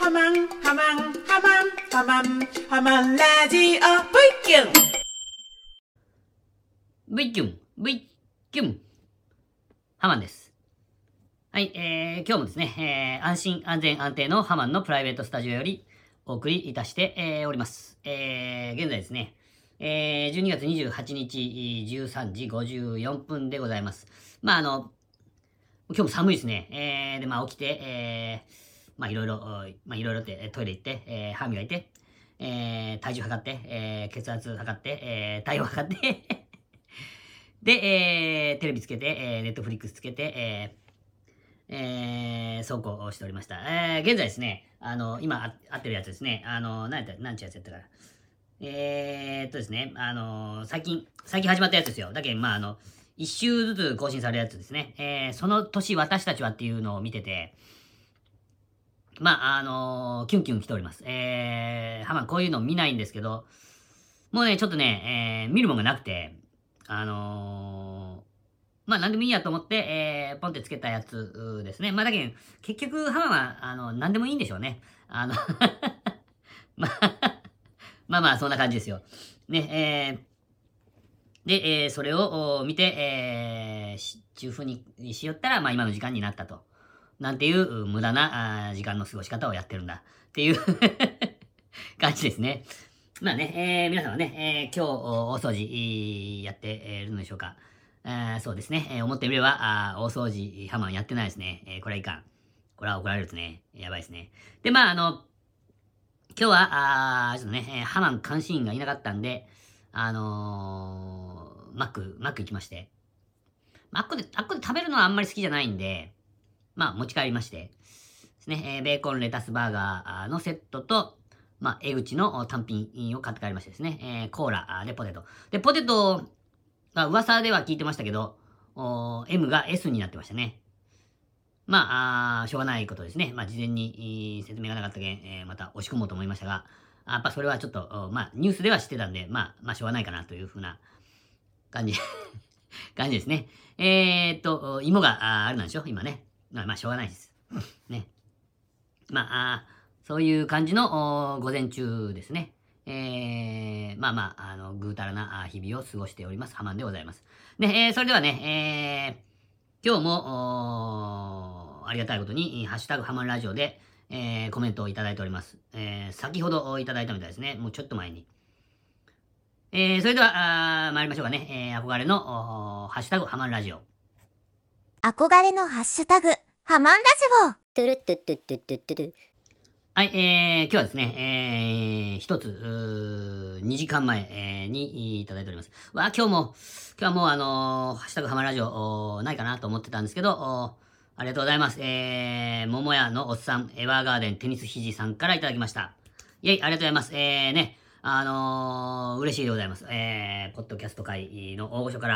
ハマンラジオ V キュン V キュン V キュンハマンです。はい、今日もですね、安心安全安定のハマンのプライベートスタジオよりお送りいたして、おります。現在ですね、12月28日13時54分でございます。今日も寒いですね。で、起きて、いろいろってトイレ行って、歯磨いて、体重測って、血圧測って、体温測ってで、テレビつけて、ネットフリックスつけて、走行をしておりました。現在ですね、今会ってるやつですね、なんちゅうやつやったかな。ですね、最近始まったやつですよ。だけど、一週ずつ更新されるやつですね。その年私たちはっていうのを見てて、キュンキュン来ております。ハマンこういうの見ないんですけど、もうね、ちょっとね、見るもんがなくて、なんでもいいやと思って、ポンってつけたやつですね。だけど、結局、ハマンは、なんでもいいんでしょうね。まそんな感じですよ。ね、で、それを見て、ちゅう風にしよったら、今の時間になったと。なんていう無駄な時間の過ごし方をやってるんだ。っていう感じですね。皆さんはね、今日大掃除やってるのでしょうか。そうですね、思ってみれば、大掃除、ハマンやってないですね。これはいかん。これは怒られるですね。やばいですね。で、今日は、ちょっとね、ハマン監視員がいなかったんで、マック行きまして、あっこで食べるのはあんまり好きじゃないんで、持ち帰りまして、ですね、ベーコンレタスバーガーのセットと、江口の単品を買って帰りましてですね、コーラでポテト。で、ポテトが噂では聞いてましたけど、M が S になってましたね。しょうがないことですね。事前に説明がなかったけん、また押し込もうと思いましたが、やっぱそれはちょっと、ニュースでは知ってたんで、しょうがないかなというふうな感じ、感じですね。芋があれなんでしょ今ね。しょうがないです。ね。そういう感じの午前中ですね。ぐうたらな日々を過ごしております。ハマンでございます。で、それではね、今日も、ありがたいことに、ハッシュタグハマンラジオで、コメントをいただいております。先ほどいただいたみたいですね。もうちょっと前に。それでは、参りましょうかね。憧れの、ハッシュタグハマンラジオ。 憧れのハッシュタグ、ハマンラジオ。トゥルットゥットゥットゥットゥットゥル。 はい、今日はですね、一つ、2時間前、にいただいております。今日はもうハッシュタグハマンラジオ、ないかなと思ってたんですけど、ありがとうございます。桃屋のおっさん、エヴァーガーデンテニス肘さんからいただきました。イェイ、ありがとうございます。嬉しいでございます。ポッドキャスト界の大御所から、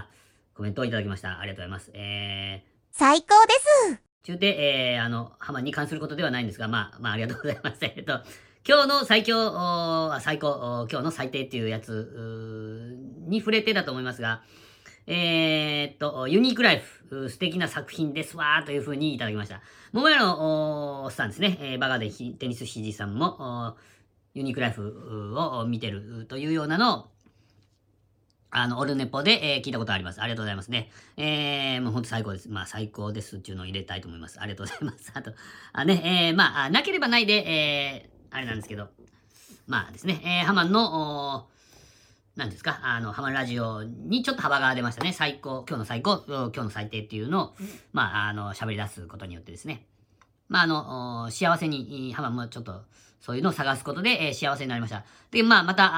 コメントをいただきました。ありがとうございます。 最高です。 中で、ハマに関することではないんですが、ありがとうございます。今日の最高、今日の最低っていうやつに触れてだと思いますが、ユニークライフ、素敵な作品ですわーという風にいただきました。桃屋のおっさんですね、バカでテニスひじさんも、ユニークライフを見てるというようなのを、オルネポで、聞いたことあります。ありがとうございますね。もうほんと最高です。最高ですっていうのを入れたいと思います。ありがとうございます。あと、なければないで、あれなんですけど、ですね、ハマンの、何ですか、ハマンラジオにちょっと幅が出ましたね。最高、今日の最高、今日の最低っていうのを、喋り出すことによってですね。幸せに、ハマンもちょっと、そういうのを探すことで、幸せになりました。で、また、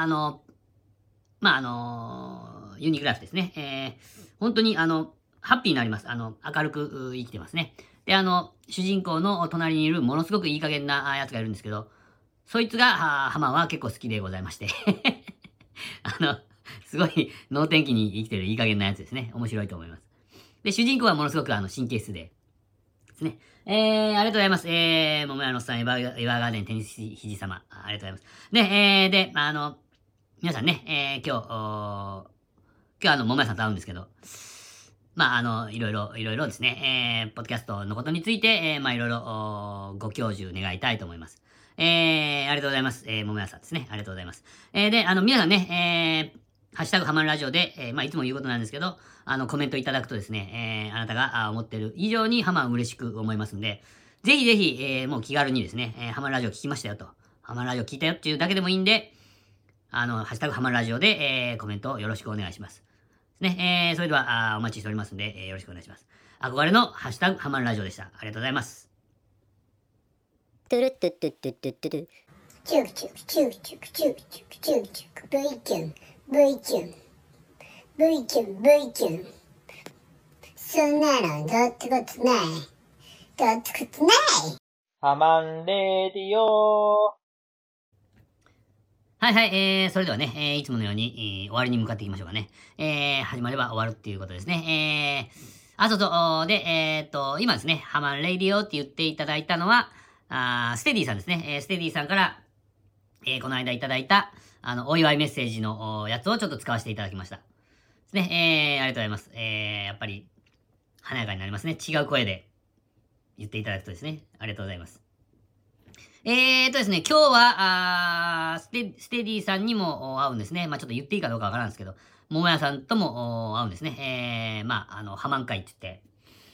ユニークライフですね。本当にハッピーになります。明るく生きてますね。で、主人公の隣にいるものすごくいい加減なやつがいるんですけど、そいつが、ハマは結構好きでございまして。すごい能天気に生きてるいい加減なやつですね。面白いと思います。で、主人公はものすごく神経質で、ですね。ありがとうございます。桃屋のおっさん、エヴァーガーデンテニスひじ様、ありがとうございます。で、皆さんね、今日桃屋さんと会うんですけど、 いろいろですね、ポッドキャストのことについて、いろいろご教授願いたいと思います。ありがとうございます。桃屋さんですね。ありがとうございます。で、皆さんね、ハッシュタグハマるラジオで、いつも言うことなんですけど、コメントいただくとですね、あなたが思っている以上にハマ嬉しく思いますんで、ぜひぜひ、もう気軽にですね、ハマるラジオ聞きましたよと、ハマるラジオ聞いたよっていうだけでもいいんで、ハッシュタグハマるラジオで、コメントをよろしくお願いします。ね、それではお待ちしておりますんで、よろしくお願いします。憧れのハッシュタグハマるラジオでした。ありがとうございます。 トゥルットゥットゥットゥットゥットゥルチュクチュクチュクチュクチュクチュクチュクチュク V キュン V キュン V キュン V キュンそんなのどうってことないどうってことないハマンレディオはいはい、それではね、いつものように、終わりに向かっていきましょうかね。始まれば終わるっていうことですね。そうそう、で、今ですね、ハマンレディオって言っていただいたのは、ステディさんですね。ステディさんから、この間いただいた、お祝いメッセージのやつをちょっと使わせていただきました。ですね、ありがとうございます。やっぱり、華やかになりますね。違う声で言っていただくとですね。ありがとうございます。ですね、今日は、ステディさんにも会うんですね。ちょっと言っていいかどうかわからんですけど、桃屋さんとも会うんですね。ハマン会って言って、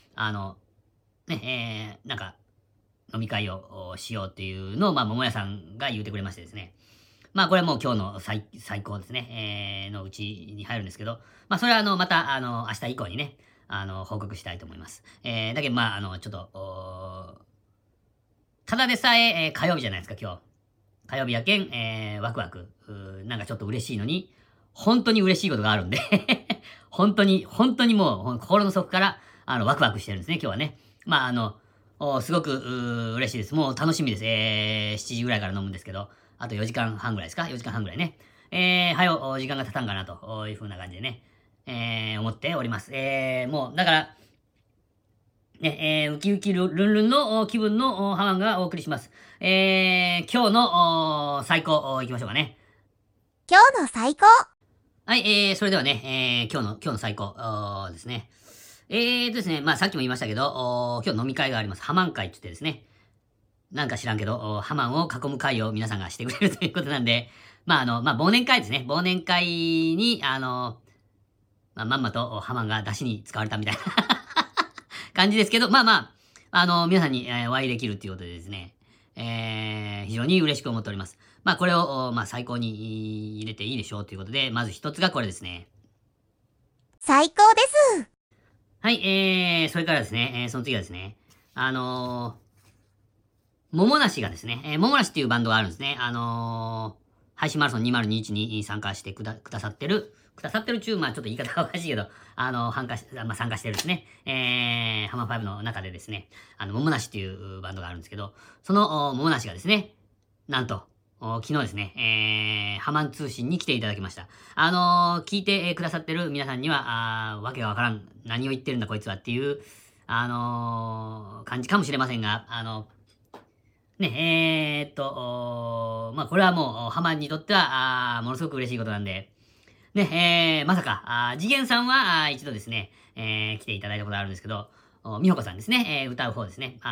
なんか、飲み会をしようっていうのを、桃屋さんが言うてくれましてですね。これはもう今日の最高ですね、のうちに入るんですけど、それはまた、明日以降にね、報告したいと思います。だけど、ちょっと、ただでさえ火曜日じゃないですか、今日。火曜日やけん、ワクワク。なんかちょっと嬉しいのに、本当に嬉しいことがあるんで本当にもう、心の底から、ワクワクしてるんですね、今日はね。すごく、嬉しいです。もう楽しみです。7時ぐらいから飲むんですけど、あと4時間半ぐらいですか ?4 時間半ぐらいね。時間が経たんかなという風な感じでね、思っております。もう、だから、ね、ウキウキルンルンの気分のハマンがお送りします。今日の最高いきましょうかね。 今日の最高はい、それではね、今日の最高ですね。ですね、さっきも言いましたけど、今日飲み会があります。ハマン会って言ってですね、なんか知らんけど、ハマンを囲む会を皆さんがしてくれるということなんで、忘年会ですね。忘年会に、まんまとハマンが出しに使われたみたいな感じですけど、皆さんに、お会いできるっていうことでですね、非常に嬉しく思っております。これを、最高に入れていいでしょうということで、まず一つがこれですね。 最高ですはい、それからですね、その次はですね、桃梨がですね、桃梨っていうバンドがあるんですね。配信マラソン2021に参加してくださってるちゅう、ちょっと言い方がおかしいけど、参加してるですね、ハマ5の中でですね、桃梨っていうバンドがあるんですけど、その桃梨がですね、なんと、昨日ですね、ハマン通信に来ていただきました。聞いてくださってる皆さんには、わけがわからん、何を言ってるんだこいつはっていう、感じかもしれませんが、ね、これはもう、ハマンにとっては、ものすごく嬉しいことなんで、ね、まさか、次元さんは、一度ですね、来ていただいたことあるんですけど、美穂子さんですね、歌う方ですね。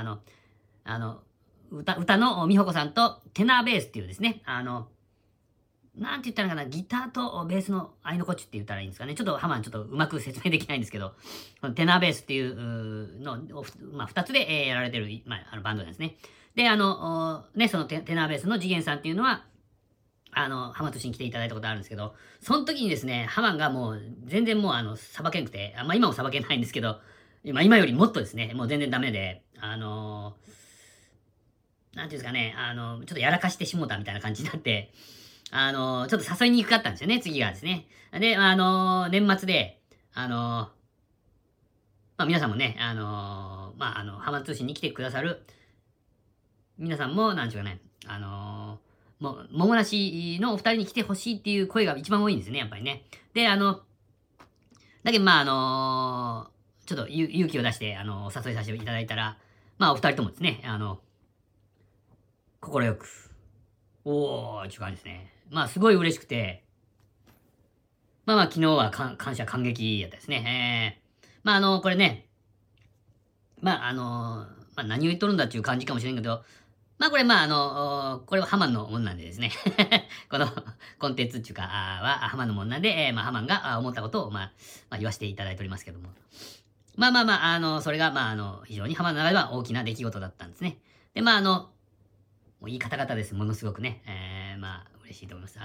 歌の美穂子さんと、テナーベースっていうですね、なんて言ったらいいのかな、ギターとベースの合いのこっちって言ったらいいんですかね。ちょっとハマンちょっとうまく説明できないんですけど、このテナーベースっていうのを、二つで、やられてる、バンドなんですね。で、そのテナーベースの次元さんっていうのは、ハマンとしに来ていただいたことあるんですけど、その時にですね、ハマンがもう、全然もうさばけんくて、今もさばけないんですけど、今よりもっとですね、もう全然ダメで、なんていうんですかね、ちょっとやらかしてしもたみたいな感じになって、ちょっと誘いにくかったんですよね、次がですね。で、年末で、皆さんもね、ハマン通信に来てくださる、皆さんも、なんちゅうかね、桃梨のお二人に来てほしいっていう声が一番多いんですね、やっぱりね。で、だけど、ちょっと勇気を出して、お誘いさせていただいたら、お二人ともですね、心よく、おー、っていう感じですね。すごい嬉しくて、昨日は感謝感激やったですね。 これね、何を言っとるんだっていう感じかもしれんけど、これこれはハマンのもんなんでですね。このコンテンツっていうか、はハマンのもんなんで、ハマンが思ったことを、言わせていただいておりますけども。それが、非常にハマンの中では大きな出来事だったんですね。で、もういい方々です。ものすごくね。嬉しいと思います。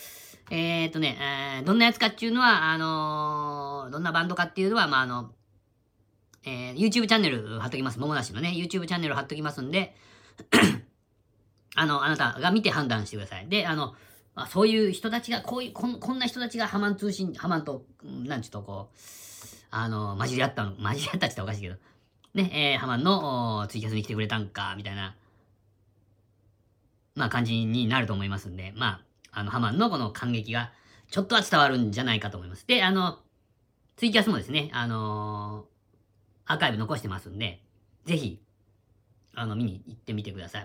どんなやつかっていうのは、どんなバンドかっていうのは、YouTube チャンネル貼っときます。桃なしのね、YouTube チャンネル貼っときますんで、あなたが見て判断してください。で、そういう人たちが、こんな人たちがハマンと、なんちゅうと混じり合ったって言ったらおかしいけど、ね、ハマンのツイキャスに来てくれたんか、みたいな、感じになると思いますんで、ハマンのこの感激が、ちょっとは伝わるんじゃないかと思います。で、ツイキャスもですね、アーカイブ残してますんで、ぜひ、見に行ってみてください。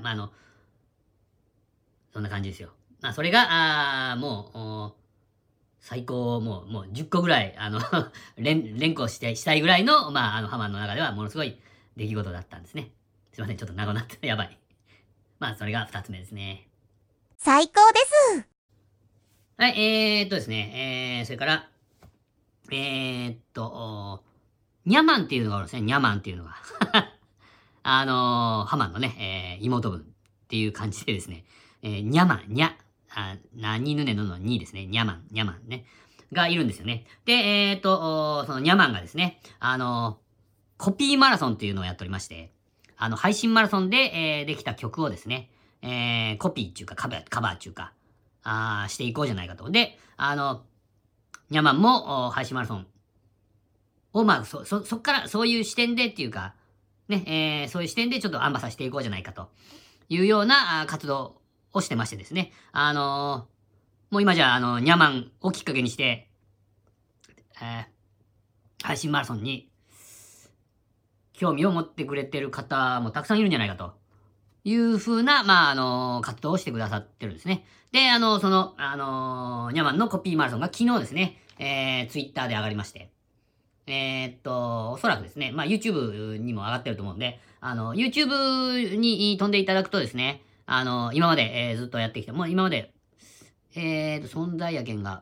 そんな感じですよ。それが、最高、もう10個ぐらい、連呼したいぐらいの、ハマンの中ではものすごい出来事だったんですね。すいません、ちょっと長くなって、やばい。それが2つ目ですね。 最高です。 はい、ですね、それから、ニャマンっていうのがあるんですね。ニャマンっていうのが。ハマンのね、妹分っていう感じでですね、ニャマン、何ぬねののにですね、ニャマンね、がいるんですよね。で、そのニャマンがですね、コピーマラソンっていうのをやっておりまして、配信マラソンで、できた曲をですね、コピーっていうかカバーっていうか、していこうじゃないかと。で、ニャマンも配信マラソンを、そっからそういう視点でっていうか、ね、そういう視点でちょっとアンバサしていこうじゃないかというような活動をしてましてですね。もう今じゃニャマンをきっかけにして、配信マラソンに興味を持ってくれてる方もたくさんいるんじゃないかというふうな、活動をしてくださってるんですね。で、ニャマンのコピーマラソンが昨日ですね、ツイッターで上がりまして、おそらくですね、YouTube にも上がってると思うんで、YouTube に飛んでいただくとですね、今まで、ずっとやってきて、もう今まで、存在やけんが、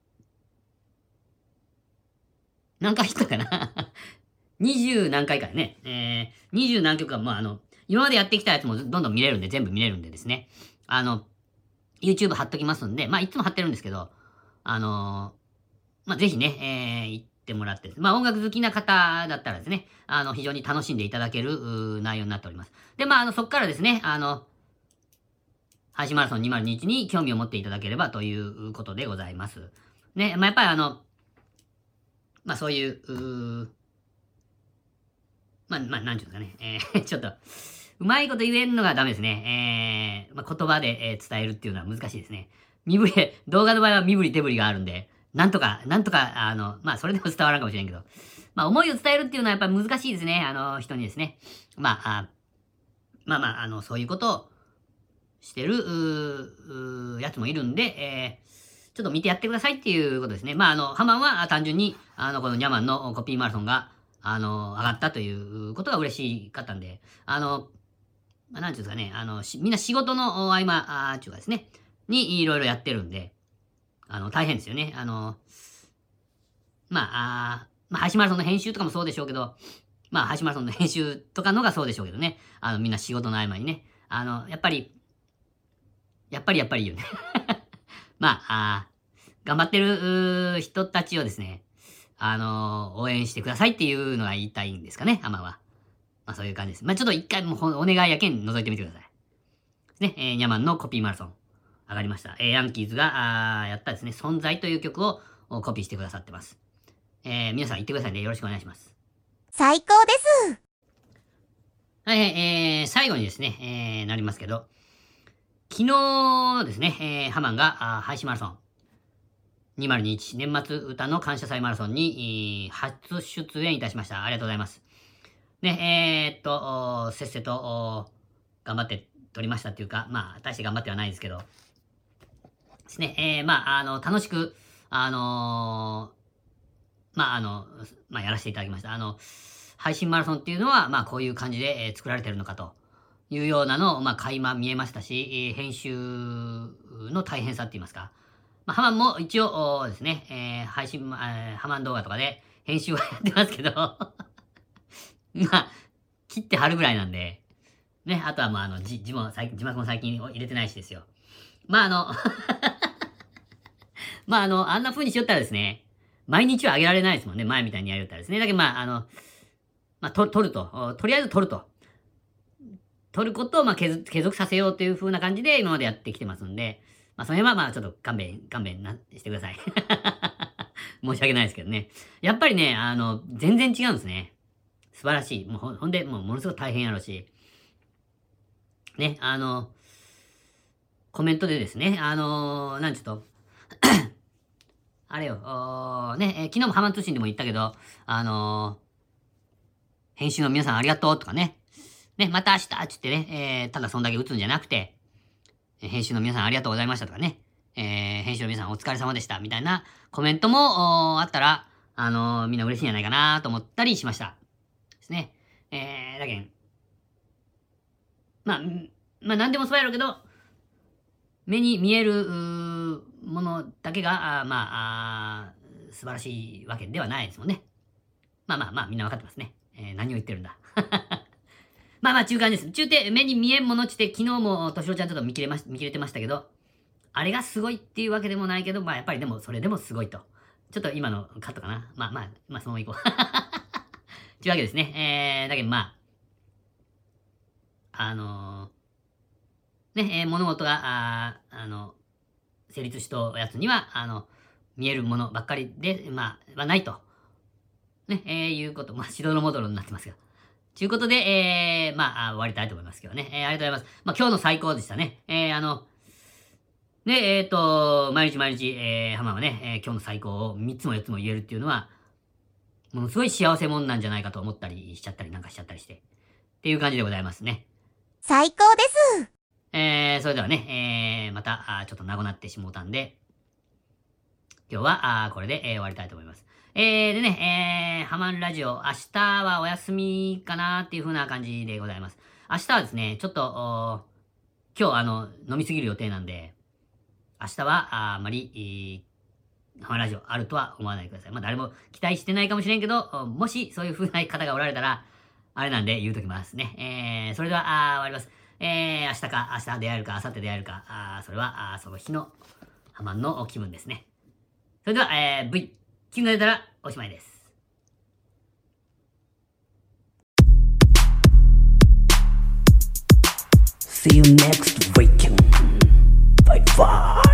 何回言ったかな20何回かね、20何曲か、今までやってきたやつもどんどん見れるんで、全部見れるんでですね、YouTube 貼っときますんで、いつも貼ってるんですけど、ぜひね、行ってもらって、音楽好きな方だったらですね、非常に楽しんでいただける内容になっております。で、そっからですね、配信マラソン2021に興味を持っていただければということでございます。ね、やっぱりそういう、なんていうんですかね、ちょっと、うまいこと言えんのがダメですね。言葉で、伝えるっていうのは難しいですね。動画の場合は身振り手振りがあるんで、なんとか、それでも伝わらんかもしれんけど、思いを伝えるっていうのはやっぱり難しいですね、人にですね。そういうことをしてる、やつもいるんで、ちょっと見てやってくださいっていうことですね。ハマンは単純に、このニャマンのコピーマラソンが、上がったということが嬉しかったんで、なんていうんですかね、みんな仕事の合間、っていうかですね、にいろいろやってるんで、大変ですよね。配信マラソンの編集とかもそうでしょうけど、配信マラソンの編集とかのがそうでしょうけどね、みんな仕事の合間にね、やっぱり言うね。頑張ってる人たちをですね、応援してくださいっていうのが言いたいんですかね、ハマは。そういう感じです。ちょっと一回もお願いやけん覗いてみてください。ね、ニャマンのコピーマラソン、上がりました。ヤンキーズが、やったですね、存在という曲をコピーしてくださってます。皆さん言ってくださいね。よろしくお願いします。 最高です。 はい、最後にですね、なりますけど、昨日ですね、ハマンが配信マラソン、2021年末歌の感謝祭マラソンに、初出演いたしました。ありがとうございます。ね、せっせと、頑張って撮りましたっていうか、大して頑張ってはないですけど、ですね、楽しく、 やらせていただきました。配信マラソンっていうのは、こういう感じで、作られてるのかというようなのを、垣間見えましたし、編集の大変さって言いますか。ハマンも一応ですね、配信、ハマン動画とかで編集はやってますけど、切って貼るぐらいなんで、ね、あとは字幕も最近入れてないしですよ。あんな風にしよったらですね、毎日は上げられないですもんね。前みたいにやりよったらですね。だけど撮ると。とりあえず撮ると。撮ることを継続させようという風な感じで今までやってきてますんで、その辺はちょっと勘弁してください。申し訳ないですけどね。やっぱりね、全然違うんですね。素晴らしい。ほんで、ものすごく大変やろうし。ね、コメントでですね、なんちょっと、あれよ、昨日もハマン通信でも言ったけど、編集の皆さんありがとうとかね、また明日って言ってね、ただそんだけ打つんじゃなくて、編集の皆さんありがとうございましたとかね、編集の皆さんお疲れ様でしたみたいなコメントもあったら、みんな嬉しいんじゃないかなと思ったりしました。ですね。だけん、なんでもそうやろうけど、目に見えるものだけが、素晴らしいわけではないですもんね。みんなわかってますね。何を言ってるんだ。中間です。中手、目に見えんものって昨日もとしろちゃんちょっと見切れてましたけど、あれがすごいっていうわけでもないけど、やっぱりでも、それでもすごいと。ちょっと今のカットかな。そのままいこう。というわけですね。だけど物事が、成立したやつには、見えるものばっかりで、はないと。いうこと。しどろもどろになってますが。ということで、終わりたいと思いますけどね。ありがとうございます。今日の最高でしたね。毎日、浜はね、今日の最高を3つも4つも言えるっていうのは、ものすごい幸せもんなんじゃないかと思ったりしちゃったりなんかしちゃったりして。っていう感じでございますね。 最高です。 それではね、また、ちょっと長なってしもうたんで、今日は、これで、終わりたいと思います。でね、ハマンラジオ、明日はお休みかなっていう風な感じでございます。明日はですね、ちょっと、今日飲みすぎる予定なんで、明日はあまり、ハマンラジオあるとは思わないでください。誰も期待してないかもしれんけど、もしそういう風な方がおられたら、あれなんで言うときますね。それでは、終わります。明日であるか、明後日であるか、それは、その日のハマンの気分ですね。それでは、V、Q が出たらおしまいです。 See you next week. Bye bye.